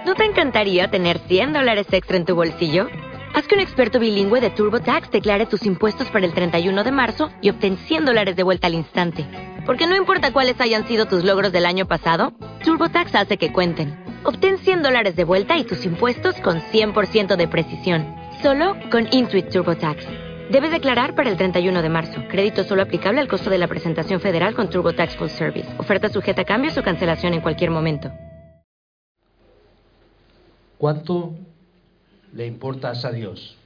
¿No te encantaría tener $100 extra en tu bolsillo? Haz que un experto bilingüe de TurboTax declare tus impuestos para el 31 de marzo y obtén $100 de vuelta al instante. Porque no importa cuáles hayan sido tus logros del año pasado, TurboTax hace que cuenten. Obtén $100 de vuelta y tus impuestos con 100% de precisión. Solo con Intuit TurboTax. Debes declarar para el 31 de marzo. Crédito solo aplicable al costo de la presentación federal con TurboTax Full Service. Oferta sujeta a cambios o cancelación en cualquier momento. ¿Cuánto le importas a Dios?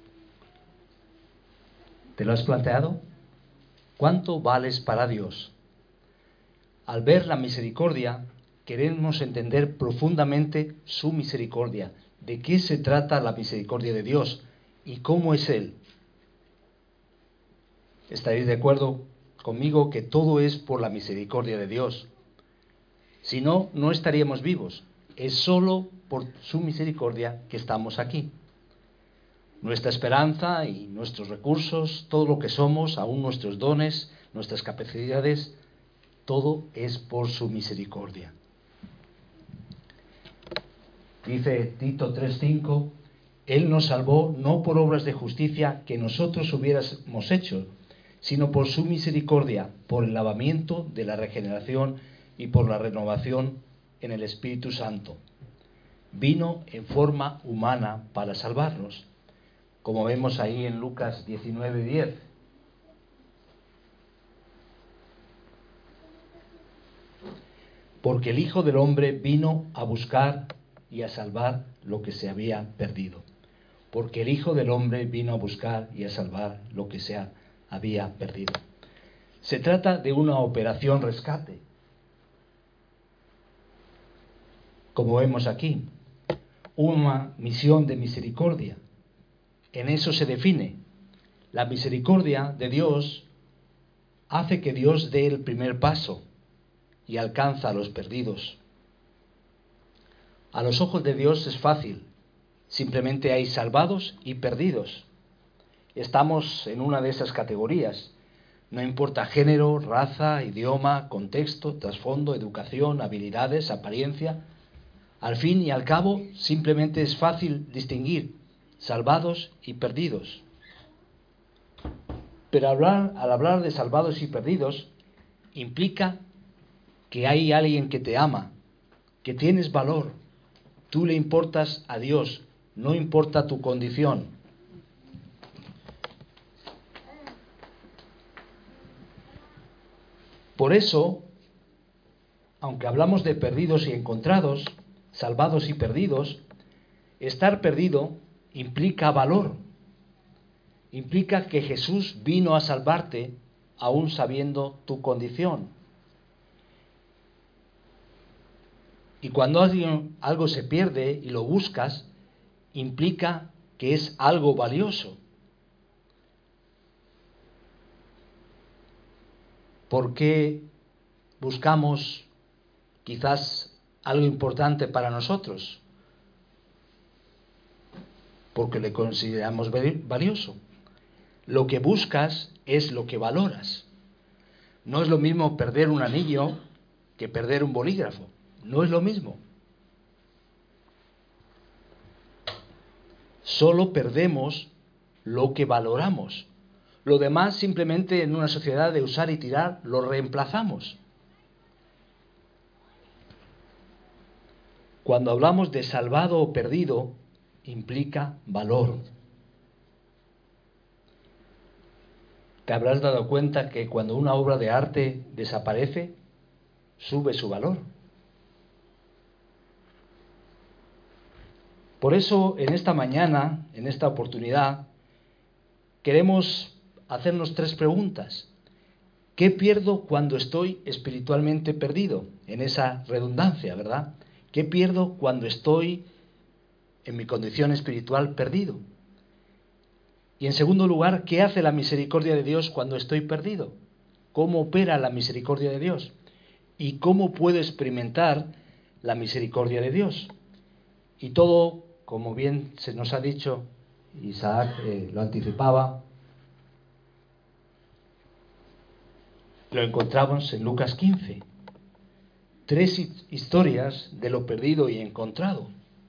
¿Te lo has planteado? ¿Cuánto vales para Dios? Al ver la misericordia, queremos entender profundamente su misericordia. ¿De qué se trata la misericordia de Dios? ¿Y cómo es Él? Estaréis de acuerdo conmigo que todo es por la misericordia de Dios. Si no, no estaríamos vivos. Es solo por su misericordia que estamos aquí. Nuestra esperanza y nuestros recursos, todo lo que somos, aún nuestros dones, nuestras capacidades, todo es por su misericordia. Dice Tito 3:5, Él nos salvó no por obras de justicia que nosotros hubiéramos hecho, sino por su misericordia, por el lavamiento de la regeneración y por la renovación en el Espíritu Santo. Vino en forma humana para salvarnos, como vemos ahí en Lucas 19:10. Porque el Hijo del Hombre vino a buscar y a salvar lo que se había perdido. Porque el Hijo del Hombre vino a buscar y a salvar lo que se había perdido. Se trata de una operación rescate, como vemos aquí, una misión de misericordia. En eso se define. La misericordia de Dios hace que Dios dé el primer paso y alcanza a los perdidos. A los ojos de Dios es fácil. Simplemente hay salvados y perdidos. Estamos en una de esas categorías. No importa género, raza, idioma, contexto, trasfondo, educación, habilidades, apariencia. Al fin y al cabo, simplemente es fácil distinguir salvados y perdidos. Pero al hablar de salvados y perdidos, implica que hay alguien que te ama, que tienes valor. Tú le importas a Dios, no importa tu condición. Por eso, aunque hablamos de perdidos y encontrados, salvados y perdidos, estar perdido implica valor. Implica que Jesús vino a salvarte aún sabiendo tu condición. Y cuando algo se pierde y lo buscas, implica que es algo valioso. ¿Por qué buscamos quizás algo importante para nosotros? Porque le consideramos valioso. Lo que buscas es lo que valoras. No es lo mismo perder un anillo que perder un bolígrafo. No es lo mismo. Solo perdemos lo que valoramos. Lo demás, simplemente en una sociedad de usar y tirar, lo reemplazamos. Cuando hablamos de salvado o perdido, implica valor. Te habrás dado cuenta que cuando una obra de arte desaparece, sube su valor. Por eso, en esta mañana, en esta oportunidad, queremos hacernos 3 preguntas. ¿Qué pierdo cuando estoy espiritualmente perdido? En esa redundancia, ¿verdad? ¿Qué pierdo cuando estoy en mi condición espiritual perdido? Y en segundo lugar, ¿qué hace la misericordia de Dios cuando estoy perdido? ¿Cómo opera la misericordia de Dios? ¿Y cómo puedo experimentar la misericordia de Dios? Y todo, como bien se nos ha dicho, Isaac lo anticipaba, lo encontramos en Lucas 15. 3 historias de lo perdido y encontrado.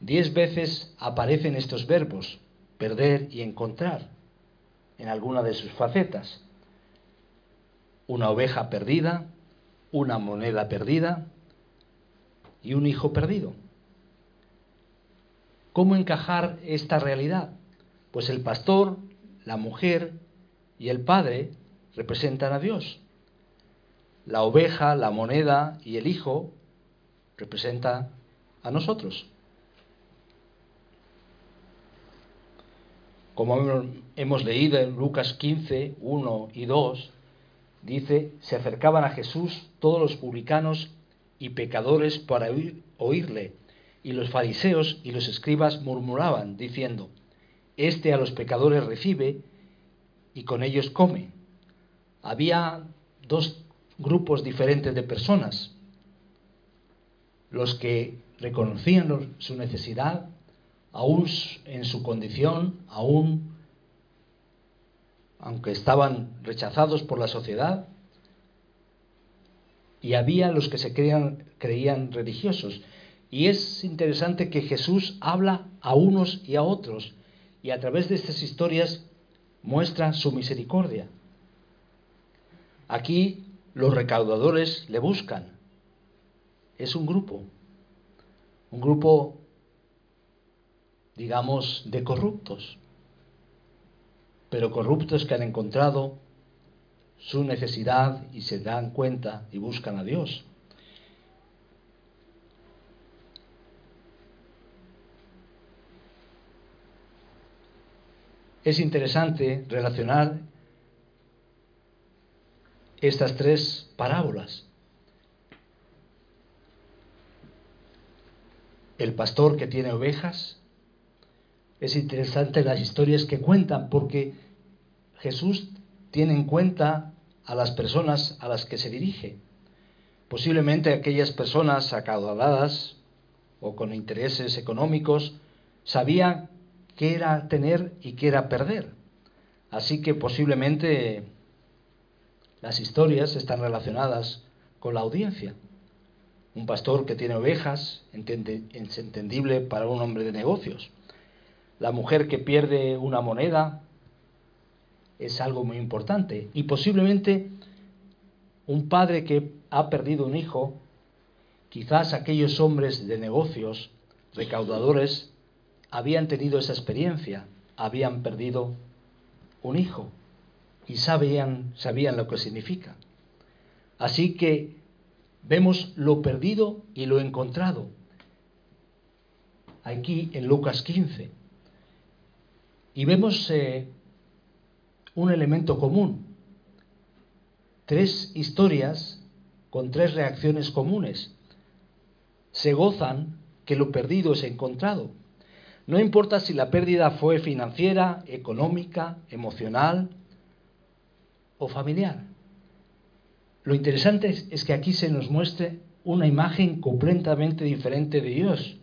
10 veces aparecen estos verbos, perder y encontrar, en alguna de sus facetas. Una oveja perdida, una moneda perdida y un hijo perdido. ¿Cómo encajar esta realidad? Pues el pastor, la mujer y el padre representan a Dios. La oveja, la moneda y el hijo representan a nosotros. Como hemos leído en Lucas 15, 1 y 2, dice, se acercaban a Jesús todos los publicanos y pecadores para oírle, y los fariseos y los escribas murmuraban, diciendo, este a los pecadores recibe y con ellos come. Había dos grupos diferentes de personas, los que reconocían su necesidad, aún en su condición, aún aunque estaban rechazados por la sociedad, y había los que se creían religiosos. Y es interesante que Jesús habla a unos y a otros, y a través de estas historias muestra su misericordia. Aquí los recaudadores le buscan. Es un grupo, digamos, de corruptos, pero corruptos que han encontrado su necesidad y se dan cuenta y buscan a Dios. Es interesante relacionar estas tres parábolas. El pastor que tiene ovejas. Es interesante las historias que cuentan porque Jesús tiene en cuenta a las personas a las que se dirige. Posiblemente aquellas personas acaudaladas o con intereses económicos sabían qué era tener y qué era perder. Así que posiblemente las historias están relacionadas con la audiencia. Un pastor que tiene ovejas es entendible para un hombre de negocios. La mujer que pierde una moneda es algo muy importante. Y posiblemente un padre que ha perdido un hijo, quizás aquellos hombres de negocios, recaudadores, habían tenido esa experiencia, habían perdido un hijo y sabían lo que significa. Así que vemos lo perdido y lo encontrado aquí en Lucas 15. Y vemos un elemento común. 3 historias con 3 reacciones comunes. Se gozan que lo perdido es encontrado. No importa si la pérdida fue financiera, económica, emocional o familiar. Lo interesante es que aquí se nos muestre una imagen completamente diferente de Dios.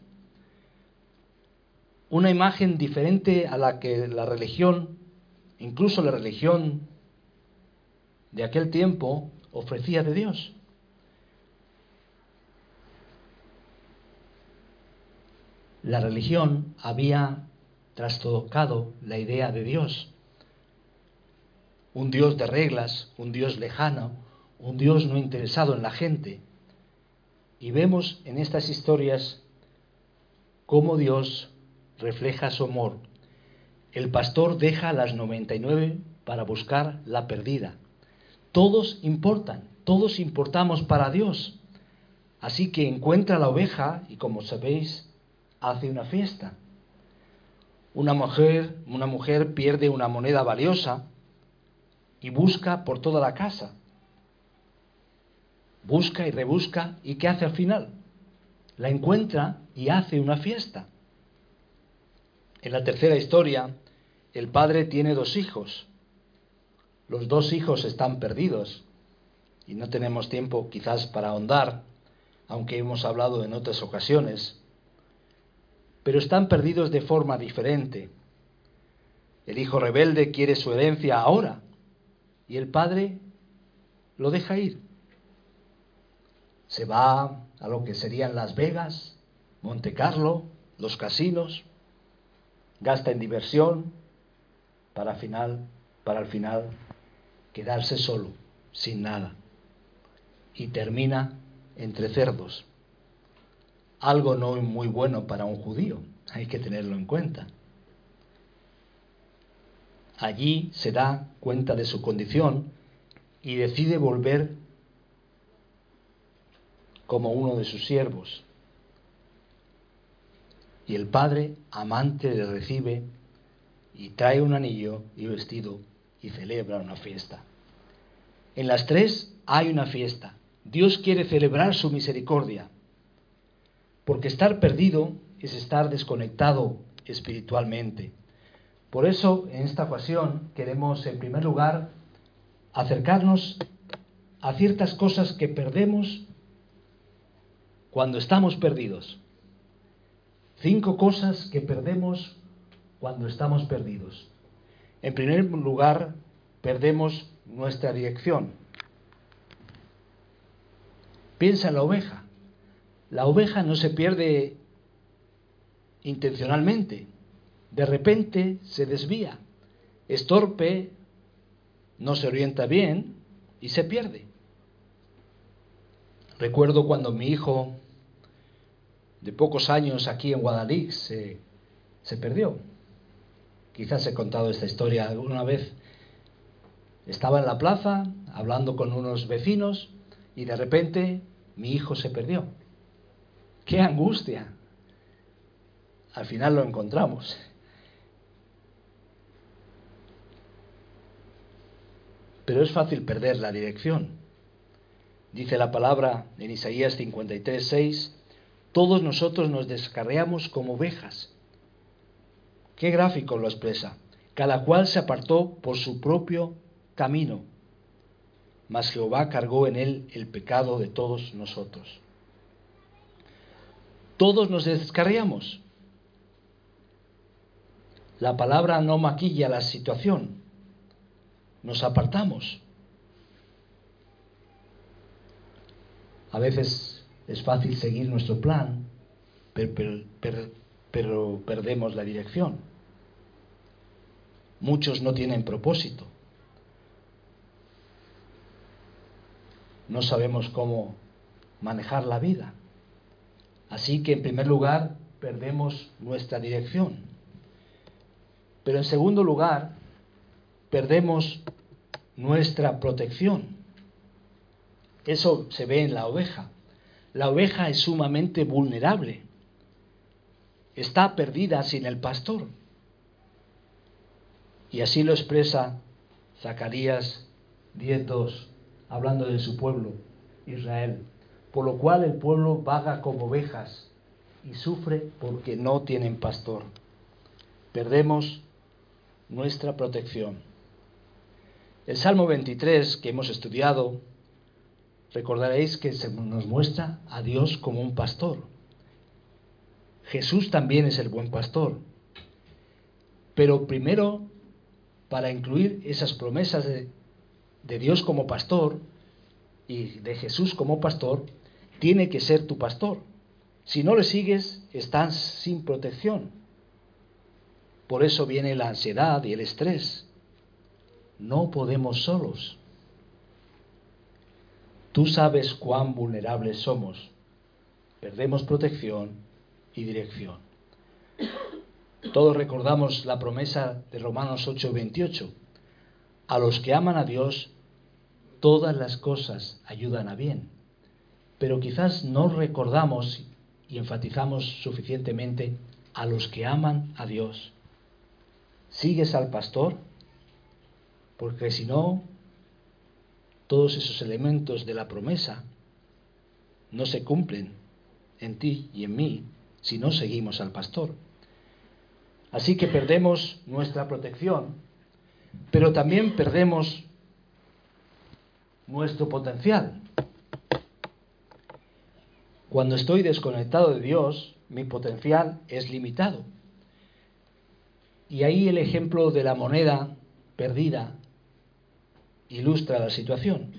Una imagen diferente a la que la religión, incluso la religión de aquel tiempo, ofrecía de Dios. La religión había trastocado la idea de Dios. Un Dios de reglas, un Dios lejano, un Dios no interesado en la gente. Y vemos en estas historias cómo Dios refleja su amor. El pastor deja a las 99 para buscar la perdida. Todos importan, todos importamos para Dios. Así que encuentra la oveja y, como sabéis, hace una fiesta. Una mujer pierde una moneda valiosa y busca por toda la casa. Busca y rebusca, ¿y qué hace al final? La encuentra y hace una fiesta. En la tercera historia, el padre tiene 2 hijos. Los 2 hijos están perdidos y no tenemos tiempo quizás para ahondar, aunque hemos hablado en otras ocasiones, pero están perdidos de forma diferente. El hijo rebelde quiere su herencia ahora y el padre lo deja ir. Se va a lo que serían Las Vegas, Monte Carlo, los casinos, gasta en diversión para al final quedarse solo, sin nada, y termina entre cerdos. Algo no muy bueno para un judío, hay que tenerlo en cuenta. Allí se da cuenta de su condición y decide volver como uno de sus siervos. Y el padre, amante, le recibe y trae un anillo y vestido y celebra una fiesta. En las tres hay una fiesta. Dios quiere celebrar su misericordia, porque estar perdido es estar desconectado espiritualmente. Por eso, en esta ocasión, queremos, en primer lugar, acercarnos a ciertas cosas que perdemos cuando estamos perdidos. 5 cosas que perdemos cuando estamos perdidos. En primer lugar, perdemos nuestra dirección. Piensa en la oveja. La oveja no se pierde intencionalmente. De repente se desvía, es torpe, no se orienta bien y se pierde. Recuerdo cuando mi hijo, de pocos años aquí en Guadalix, se perdió. Quizás he contado esta historia alguna vez. Estaba en la plaza hablando con unos vecinos y de repente mi hijo se perdió. ¡Qué angustia! Al final lo encontramos. Pero es fácil perder la dirección. Dice la palabra en Isaías 53:6, todos nosotros nos descarriamos como ovejas. ¿Qué gráfico lo expresa? Cada cual se apartó por su propio camino, mas Jehová cargó en él el pecado de todos nosotros. Todos nos descarriamos. La palabra no maquilla la situación. Nos apartamos. A veces es fácil seguir nuestro plan, pero perdemos la dirección. Muchos no tienen propósito. No sabemos cómo manejar la vida. Así que en primer lugar perdemos nuestra dirección. Pero en segundo lugar perdemos nuestra protección. Eso se ve en la oveja. La oveja es sumamente vulnerable. Está perdida sin el pastor. Y así lo expresa Zacarías 10:2, hablando de su pueblo, Israel. Por lo cual el pueblo vaga como ovejas y sufre porque no tienen pastor. Perdemos nuestra protección. El Salmo 23 que hemos estudiado, recordaréis que nos muestra a Dios como un pastor. Jesús también es el buen pastor. Pero primero, para incluir esas promesas de Dios como pastor y de Jesús como pastor, tiene que ser tu pastor. Si no le sigues, estás sin protección. Por eso viene la ansiedad y el estrés. No podemos solos. Tú sabes cuán vulnerables somos. Perdemos protección y dirección. Todos recordamos la promesa de Romanos 8:28. A los que aman a Dios, todas las cosas ayudan a bien. Pero quizás no recordamos y enfatizamos suficientemente a los que aman a Dios. ¿Sigues al pastor? Porque si no, todos esos elementos de la promesa no se cumplen en ti y en mí si no seguimos al pastor. Así que perdemos nuestra protección, pero también perdemos nuestro potencial. Cuando estoy desconectado de Dios, mi potencial es limitado. Y ahí el ejemplo de la moneda perdida ilustra la situación.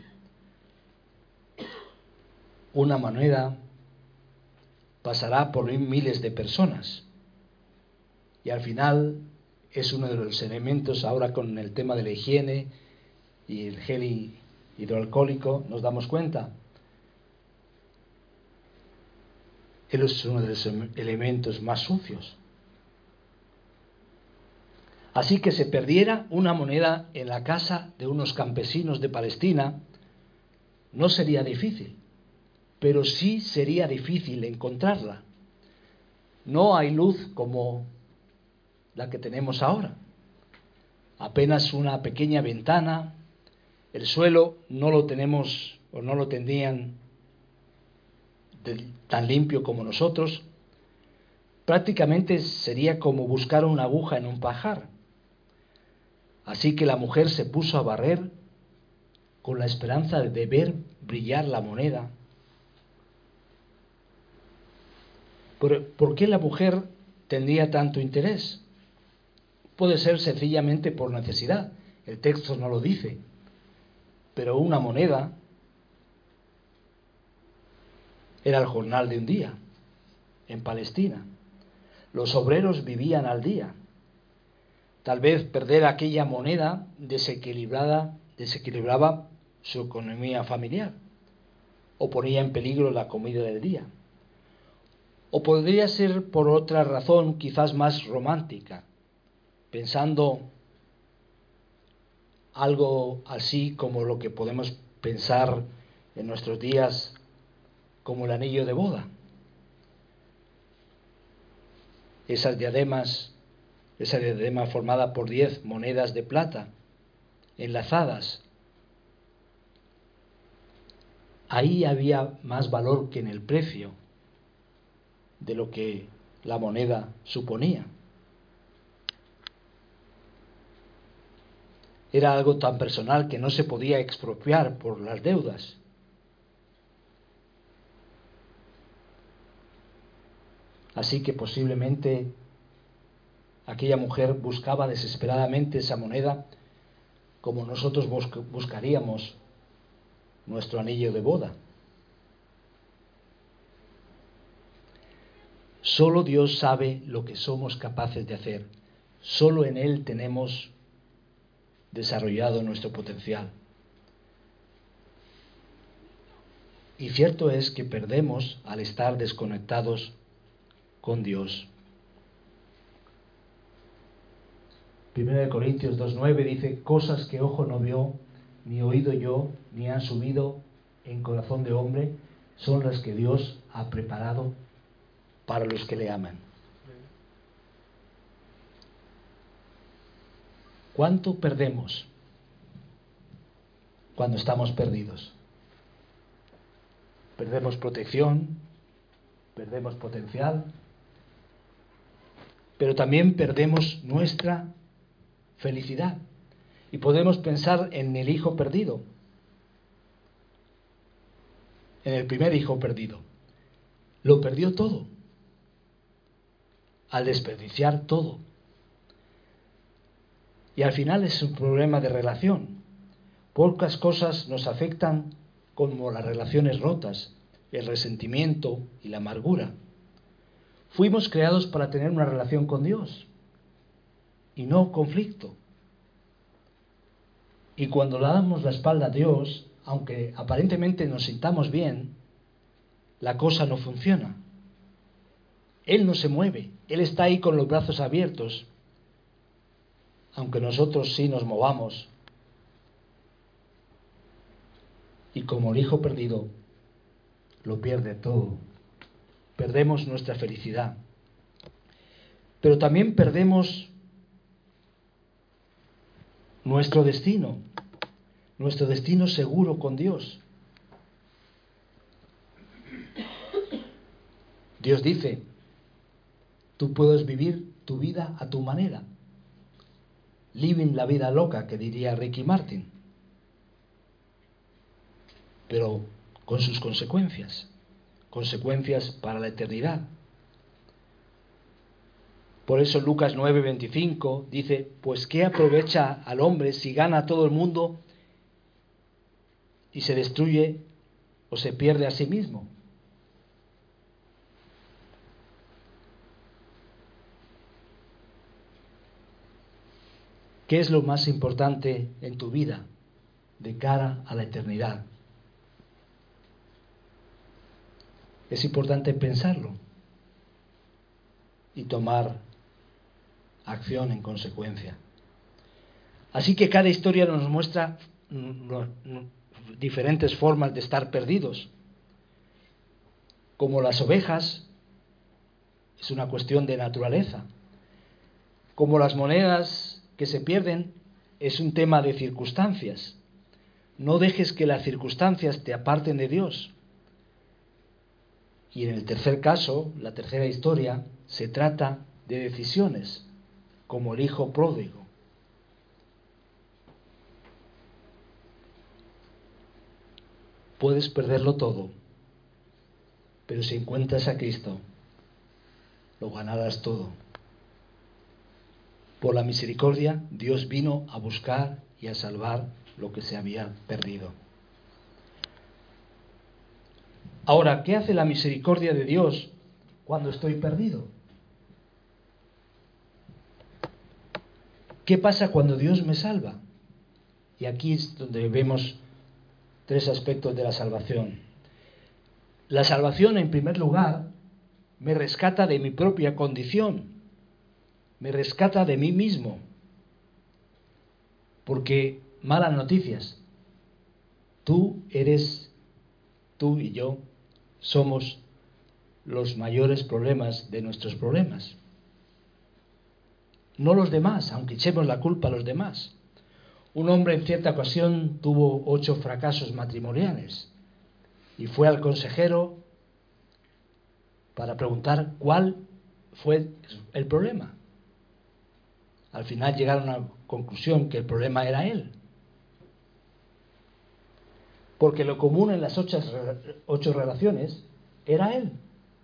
Una moneda pasará por miles de personas, Y al final es uno de los elementos, ahora con el tema de la higiene y el gel hidroalcohólico, nos damos cuenta. Él es uno de los elementos más sucios. Así que se perdiera una moneda en la casa de unos campesinos de Palestina, no sería difícil, pero sí sería difícil encontrarla. No hay luz como la que tenemos ahora. Apenas una pequeña ventana, el suelo no lo tenemos o no lo tendrían tan limpio como nosotros. Prácticamente sería como buscar una aguja en un pajar. Así que la mujer se puso a barrer con la esperanza de ver brillar la moneda. ¿Por qué la mujer tendría tanto interés? Puede ser sencillamente por necesidad. El texto no lo dice. Pero una moneda era el jornal de un día en Palestina. Los obreros vivían al día. Tal vez perder aquella moneda desequilibraba su economía familiar o ponía en peligro la comida del día. O podría ser por otra razón quizás más romántica, pensando algo así como lo que podemos pensar en nuestros días como el anillo de boda. Esa diadema formada por 10 monedas de plata enlazadas. Ahí había más valor que en el precio de lo que la moneda suponía. Era algo tan personal que no se podía expropiar por las deudas. Así que posiblemente aquella mujer buscaba desesperadamente esa moneda como nosotros buscaríamos nuestro anillo de boda. Solo Dios sabe lo que somos capaces de hacer. Solo en Él tenemos desarrollado nuestro potencial. Y cierto es que perdemos al estar desconectados con Dios. 1 Corintios 2:9 dice, cosas que ojo no vio, ni oído yo, ni han subido en corazón de hombre, son las que Dios ha preparado para los que le aman. ¿Cuánto perdemos cuando estamos perdidos? Perdemos protección, perdemos potencial, pero también perdemos nuestra felicidad. Y podemos pensar en el hijo perdido, en el primer hijo perdido. Lo perdió todo, al desperdiciar todo. Y al final es un problema de relación. Pocas cosas nos afectan como las relaciones rotas, el resentimiento y la amargura. Fuimos creados para tener una relación con Dios y no conflicto. Y cuando le damos la espalda a Dios, aunque aparentemente nos sintamos bien, la cosa no funciona. Él no se mueve, Él está ahí con los brazos abiertos, aunque nosotros sí nos movamos. Y como el hijo perdido, lo pierde todo. Perdemos nuestra felicidad. Pero también perdemos nuestro destino seguro con Dios. Dios dice, tú puedes vivir tu vida a tu manera. Living la vida loca, que diría Ricky Martin. Pero con sus consecuencias para la eternidad. Por eso Lucas 9:25 dice, pues ¿qué aprovecha al hombre si gana todo el mundo y se destruye o se pierde a sí mismo? ¿Qué es lo más importante en tu vida de cara a la eternidad? Es importante pensarlo y tomar acción en consecuencia. Así que cada historia nos muestra diferentes formas de estar perdidos. Como las ovejas, es una cuestión de naturaleza. Como las monedas que se pierden, es un tema de circunstancias. No dejes que las circunstancias te aparten de Dios. Y en el tercer caso, la tercera historia, se trata de decisiones, como el hijo pródigo. Puedes perderlo todo, pero si encuentras a Cristo, lo ganarás todo. Por la misericordia, Dios vino a buscar y a salvar lo que se había perdido. Ahora, ¿qué hace la misericordia de Dios cuando estoy perdido? ¿Qué pasa cuando Dios me salva? Y aquí es donde vemos tres aspectos de la salvación. La salvación, en primer lugar, me rescata de mi propia condición, me rescata de mí mismo, porque malas noticias, tú y yo somos los mayores problemas de nuestros problemas. No los demás, aunque echemos la culpa a los demás. Un hombre en cierta ocasión tuvo 8 fracasos matrimoniales y fue al consejero para preguntar cuál fue el problema. Al final llegaron a la conclusión que el problema era él. Porque lo común en las 8 relaciones era él.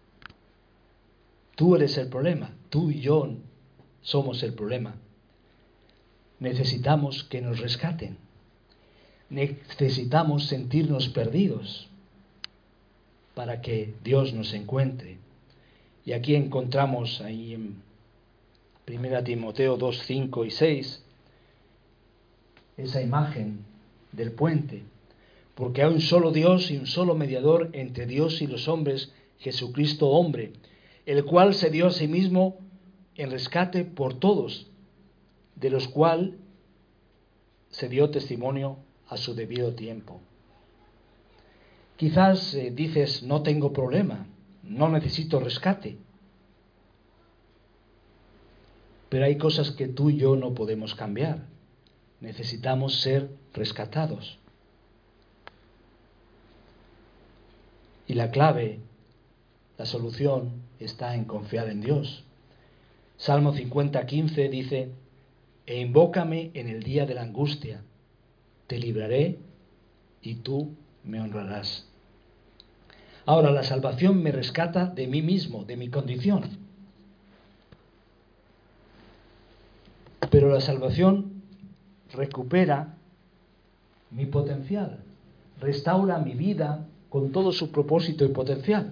Tú eres el problema, tú y yo somos el problema. Necesitamos que nos rescaten. Necesitamos sentirnos perdidos para que Dios nos encuentre. Y aquí encontramos ahí en 1 Timoteo 2, 5 y 6 esa imagen del puente. Porque hay un solo Dios y un solo mediador entre Dios y los hombres, Jesucristo hombre, el cual se dio a sí mismo en rescate por todos, de los cuales se dio testimonio a su debido tiempo. Quizás dices, no tengo problema, no necesito rescate. Pero hay cosas que tú y yo no podemos cambiar. Necesitamos ser rescatados. Y la clave, la solución, está en confiar en Dios. Salmo 50:15 dice, e invócame en el día de la angustia, te libraré y tú me honrarás. Ahora, la salvación me rescata de mí mismo, de mi condición. Pero la salvación recupera mi potencial, restaura mi vida con todo su propósito y potencial.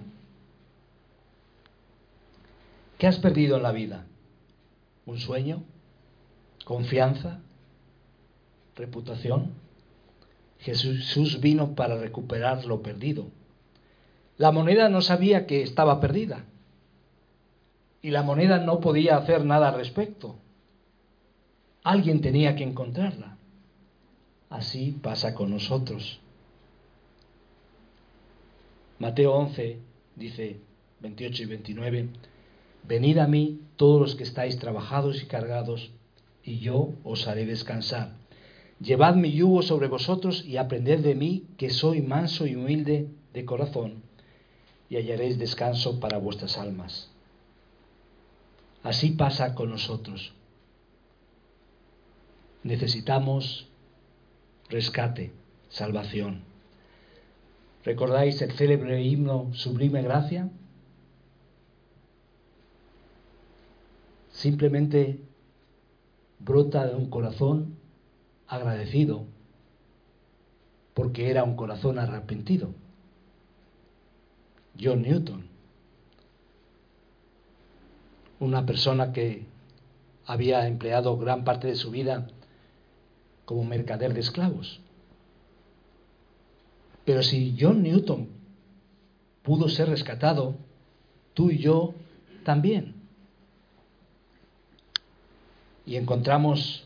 ¿Qué has perdido en la vida? ¿Un sueño? ¿Confianza? ¿Reputación? Jesús vino para recuperar lo perdido. La moneda no sabía que estaba perdida y la moneda no podía hacer nada al respecto. Alguien tenía que encontrarla. Así pasa con nosotros. Mateo 11 dice 28 y 29, venid a mí todos los que estáis trabajados y cargados, y yo os haré descansar. Llevad mi yugo sobre vosotros y aprended de mí, que soy manso y humilde de corazón, y hallaréis descanso para vuestras almas. Así pasa con nosotros. Necesitamos rescate, salvación. ¿Recordáis el célebre himno Sublime Gracia? Simplemente brota de un corazón agradecido, porque era un corazón arrepentido. John Newton, una persona que había empleado gran parte de su vida como mercader de esclavos. Pero si John Newton pudo ser rescatado, tú y yo también. Y encontramos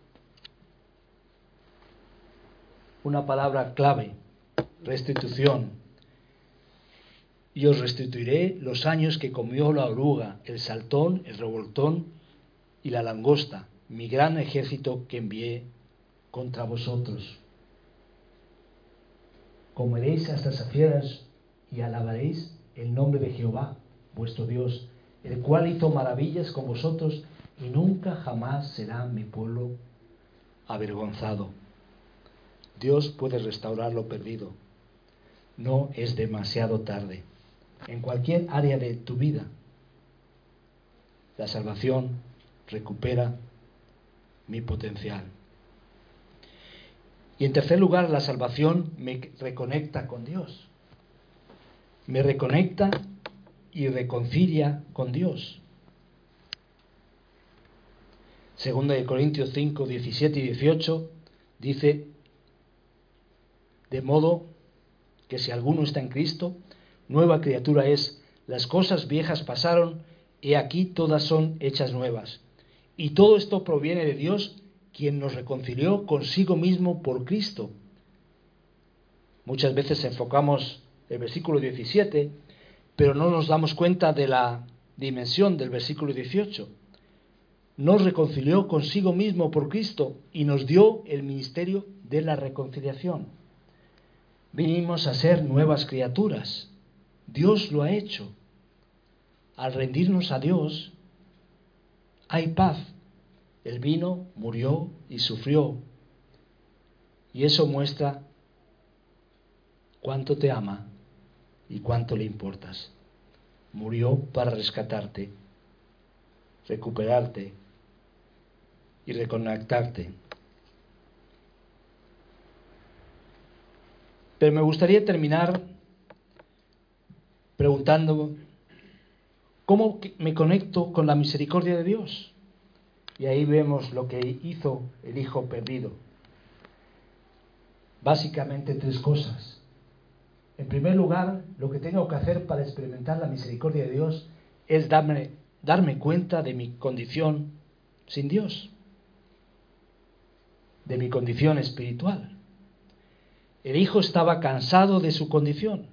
una palabra clave: restitución. Y os restituiré los años que comió la oruga, el saltón, el revoltón y la langosta, mi gran ejército que envié contra vosotros. Comeréis a estas fieras y alabaréis el nombre de Jehová, vuestro Dios, el cual hizo maravillas con vosotros, y nunca jamás será mi pueblo avergonzado. Dios puede restaurar lo perdido. No es demasiado tarde. En cualquier área de tu vida, la salvación recupera mi potencial. Y en tercer lugar, la salvación me reconecta con Dios. Me reconecta y reconcilia con Dios. Segunda de Corintios 5, 17 y 18 dice: de modo que si alguno está en Cristo, nueva criatura es. Las cosas viejas pasaron, y aquí todas son hechas nuevas. Y todo esto proviene de Dios, quien nos reconcilió consigo mismo por Cristo. Muchas veces enfocamos el versículo 17, pero no nos damos cuenta de la dimensión del versículo 18. Nos reconcilió consigo mismo por Cristo y nos dio el ministerio de la reconciliación. Vinimos a ser nuevas criaturas. Dios lo ha hecho. Al rendirnos a Dios, hay paz. Él vino, murió y sufrió. Y eso muestra cuánto te ama y cuánto le importas. Murió para rescatarte, recuperarte y reconectarte. Pero me gustaría terminar preguntando: ¿cómo me conecto con la misericordia de Dios? Y ahí vemos lo que hizo el hijo perdido. Básicamente tres cosas. En primer lugar, lo que tengo que hacer para experimentar la misericordia de Dios es darme cuenta de mi condición sin Dios, de mi condición espiritual. El hijo estaba cansado de su condición,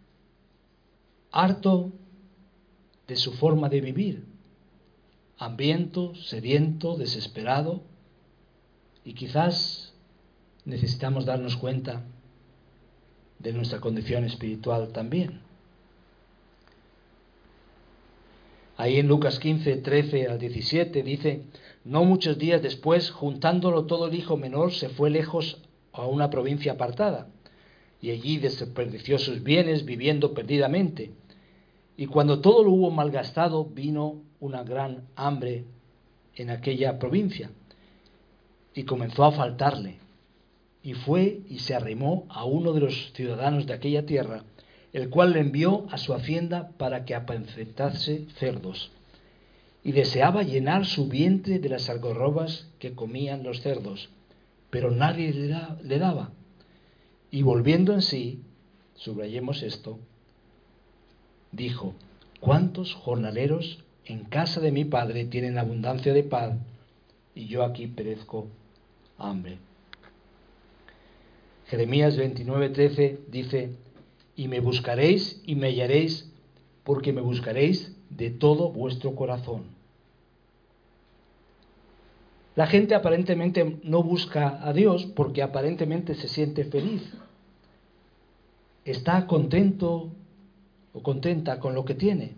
harto de su forma de vivir, hambriento, sediento, desesperado, y quizás necesitamos darnos cuenta de nuestra condición espiritual también. Ahí en Lucas 15, 13 al 17 dice: no muchos días después, juntándolo todo, el hijo menor se fue lejos a una provincia apartada, y allí desperdició sus bienes viviendo perdidamente. Y cuando todo lo hubo malgastado, vino una gran hambre en aquella provincia, y comenzó a faltarle. Y fue y se arrimó a uno de los ciudadanos de aquella tierra, el cual le envió a su hacienda para que apacentase cerdos. Y deseaba llenar su vientre de las algarrobas que comían los cerdos, pero nadie le daba. Y volviendo en sí, subrayemos esto, dijo: ¿cuántos jornaleros en casa de mi padre tienen abundancia de pan, y yo aquí perezco hambre? Jeremías 29:13 dice: y me buscaréis y me hallaréis, porque me buscaréis de todo vuestro corazón. La gente aparentemente no busca a Dios porque aparentemente se siente feliz. Está contento o contenta con lo que tiene,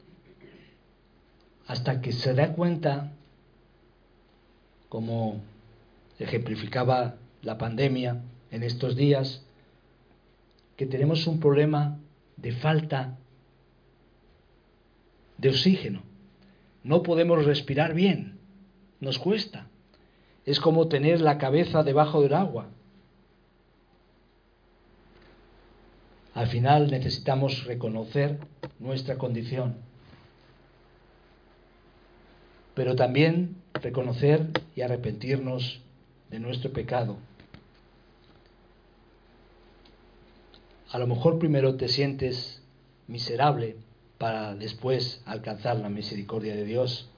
hasta que se da cuenta, como ejemplificaba la pandemia en estos días, que tenemos un problema de falta de oxígeno. No podemos respirar bien, nos cuesta. Es como tener la cabeza debajo del agua. Al final necesitamos reconocer nuestra condición, pero también reconocer y arrepentirnos de nuestro pecado. A lo mejor primero te sientes miserable para después alcanzar la misericordia de Dios.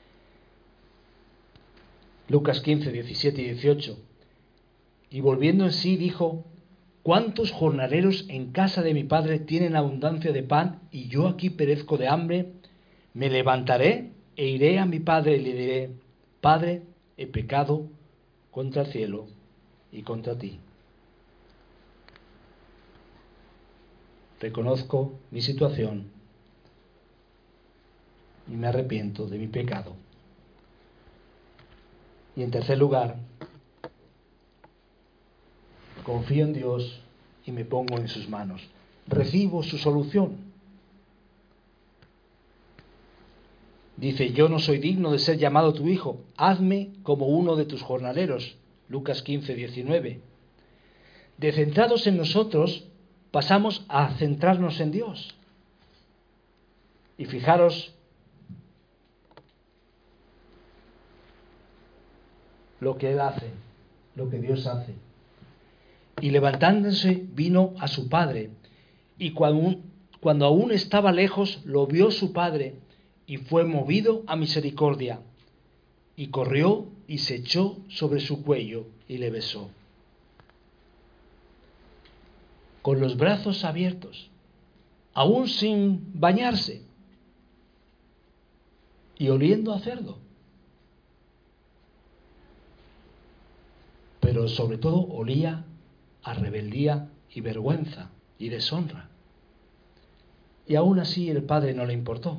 Lucas 15, 17 y 18. Y volviendo en sí dijo: ¿cuántos jornaleros en casa de mi padre tienen abundancia de pan y yo aquí perezco de hambre? Me levantaré e iré a mi padre y le diré: Padre, he pecado contra el cielo y contra ti. Reconozco mi situación y me arrepiento de mi pecado. Y en tercer lugar, confío en Dios y me pongo en sus manos. Recibo su solución. Dice: yo no soy digno de ser llamado tu hijo, hazme como uno de tus jornaleros. Lucas 15, 19. De centrados en nosotros, pasamos a centrarnos en Dios. Y fijaros lo que Él hace, lo que Dios hace. Y levantándose vino a su padre, y cuando aún estaba lejos lo vio su padre, y fue movido a misericordia, y corrió y se echó sobre su cuello y le besó. Con los brazos abiertos, aún sin bañarse, y oliendo a cerdo. Pero sobre todo olía a rebeldía y vergüenza y deshonra. Y aún así el padre no le importó.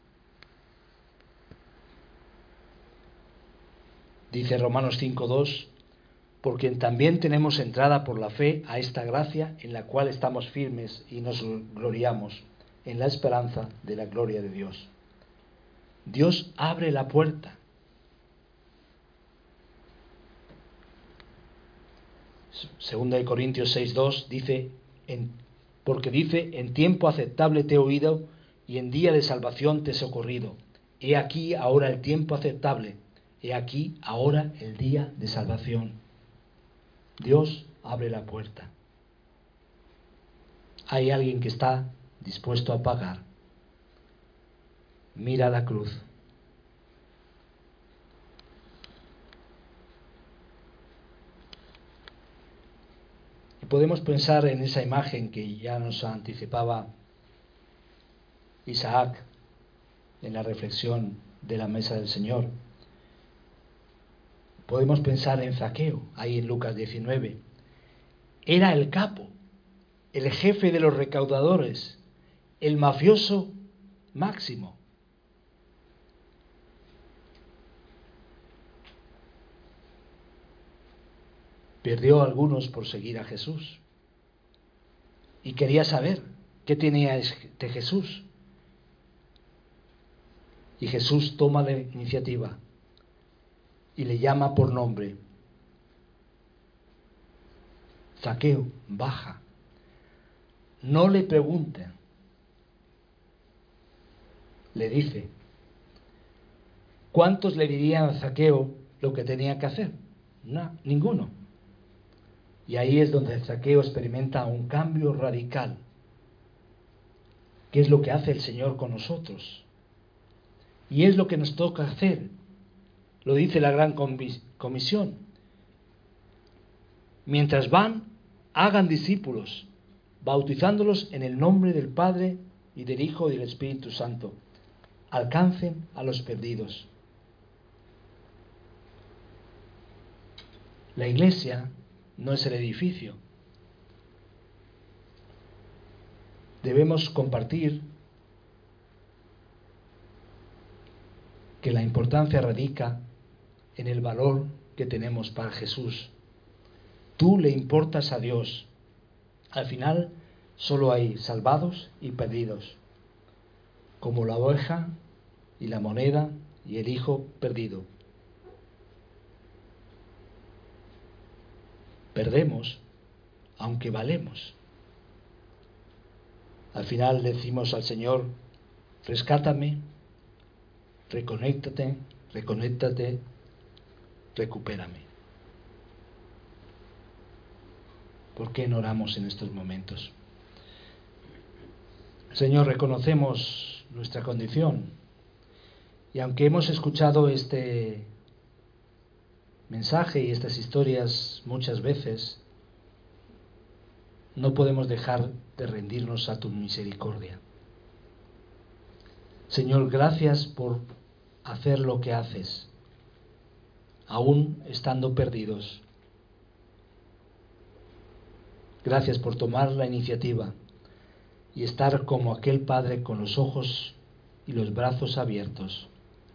Dice Romanos 5:2, porque también tenemos entrada por la fe a esta gracia en la cual estamos firmes y nos gloriamos en la esperanza de la gloria de Dios. Dios abre la puerta. Segunda de Corintios 6:2 dice, porque dice: en tiempo aceptable te he oído y en día de salvación te he socorrido. He aquí ahora el tiempo aceptable, he aquí ahora el día de salvación. Dios abre la puerta. Hay alguien que está dispuesto a pagar. Mira la cruz. Y podemos pensar en esa imagen que ya nos anticipaba Isaac en la reflexión de la mesa del Señor. Podemos pensar en Zaqueo, ahí en Lucas 19. Era el capo, el jefe de los recaudadores, el mafioso máximo. Perdió a algunos por seguir a Jesús. Y quería saber qué tenía de Jesús. Y Jesús toma la iniciativa y le llama por nombre. Zaqueo, baja. No le pregunten. Le dice. ¿Cuántos le dirían a Zaqueo lo que tenía que hacer? No, ninguno. Y ahí es donde Zaqueo experimenta un cambio radical. ¿Qué es lo que hace el Señor con nosotros? Y es lo que nos toca hacer. Lo dice la Gran Comisión. Mientras van, hagan discípulos, bautizándolos en el nombre del Padre y del Hijo y del Espíritu Santo. Alcancen a los perdidos. La iglesia no es el edificio. Debemos compartir que la importancia radica en el valor que tenemos para Jesús. Tú le importas a Dios. Al final solo hay salvados y perdidos, como la oveja y la moneda y el hijo perdido. Perdemos, aunque valemos. Al final decimos al Señor: rescátame, reconéctate, recupérame. ¿Por qué no oramos en estos momentos? Señor, reconocemos nuestra condición y aunque hemos escuchado este mensaje y estas historias muchas veces, no podemos dejar de rendirnos a tu misericordia. Señor, gracias por hacer lo que haces, aún estando perdidos. Gracias por tomar la iniciativa y estar como aquel padre con los ojos y los brazos abiertos,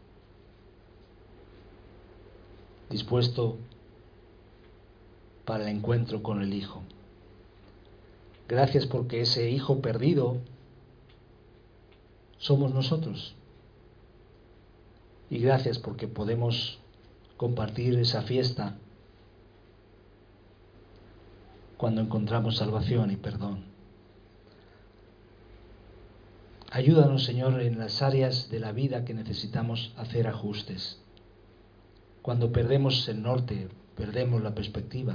dispuesto para el encuentro con el Hijo. Gracias porque ese Hijo perdido somos nosotros. Y gracias porque podemos compartir esa fiesta cuando encontramos salvación y perdón. Ayúdanos, Señor, en las áreas de la vida que necesitamos hacer ajustes. Cuando perdemos el norte, perdemos la perspectiva.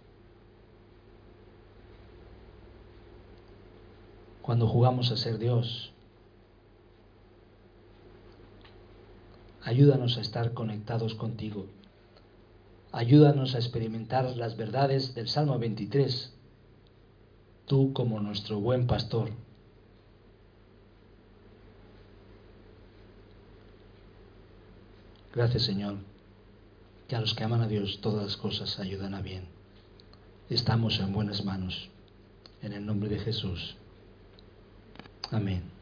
Cuando jugamos a ser Dios, ayúdanos a estar conectados contigo. Ayúdanos a experimentar las verdades del Salmo 23, tú como nuestro buen pastor. Gracias, Señor, que a los que aman a Dios todas las cosas ayudan a bien. Estamos en buenas manos. En el nombre de Jesús. Amén.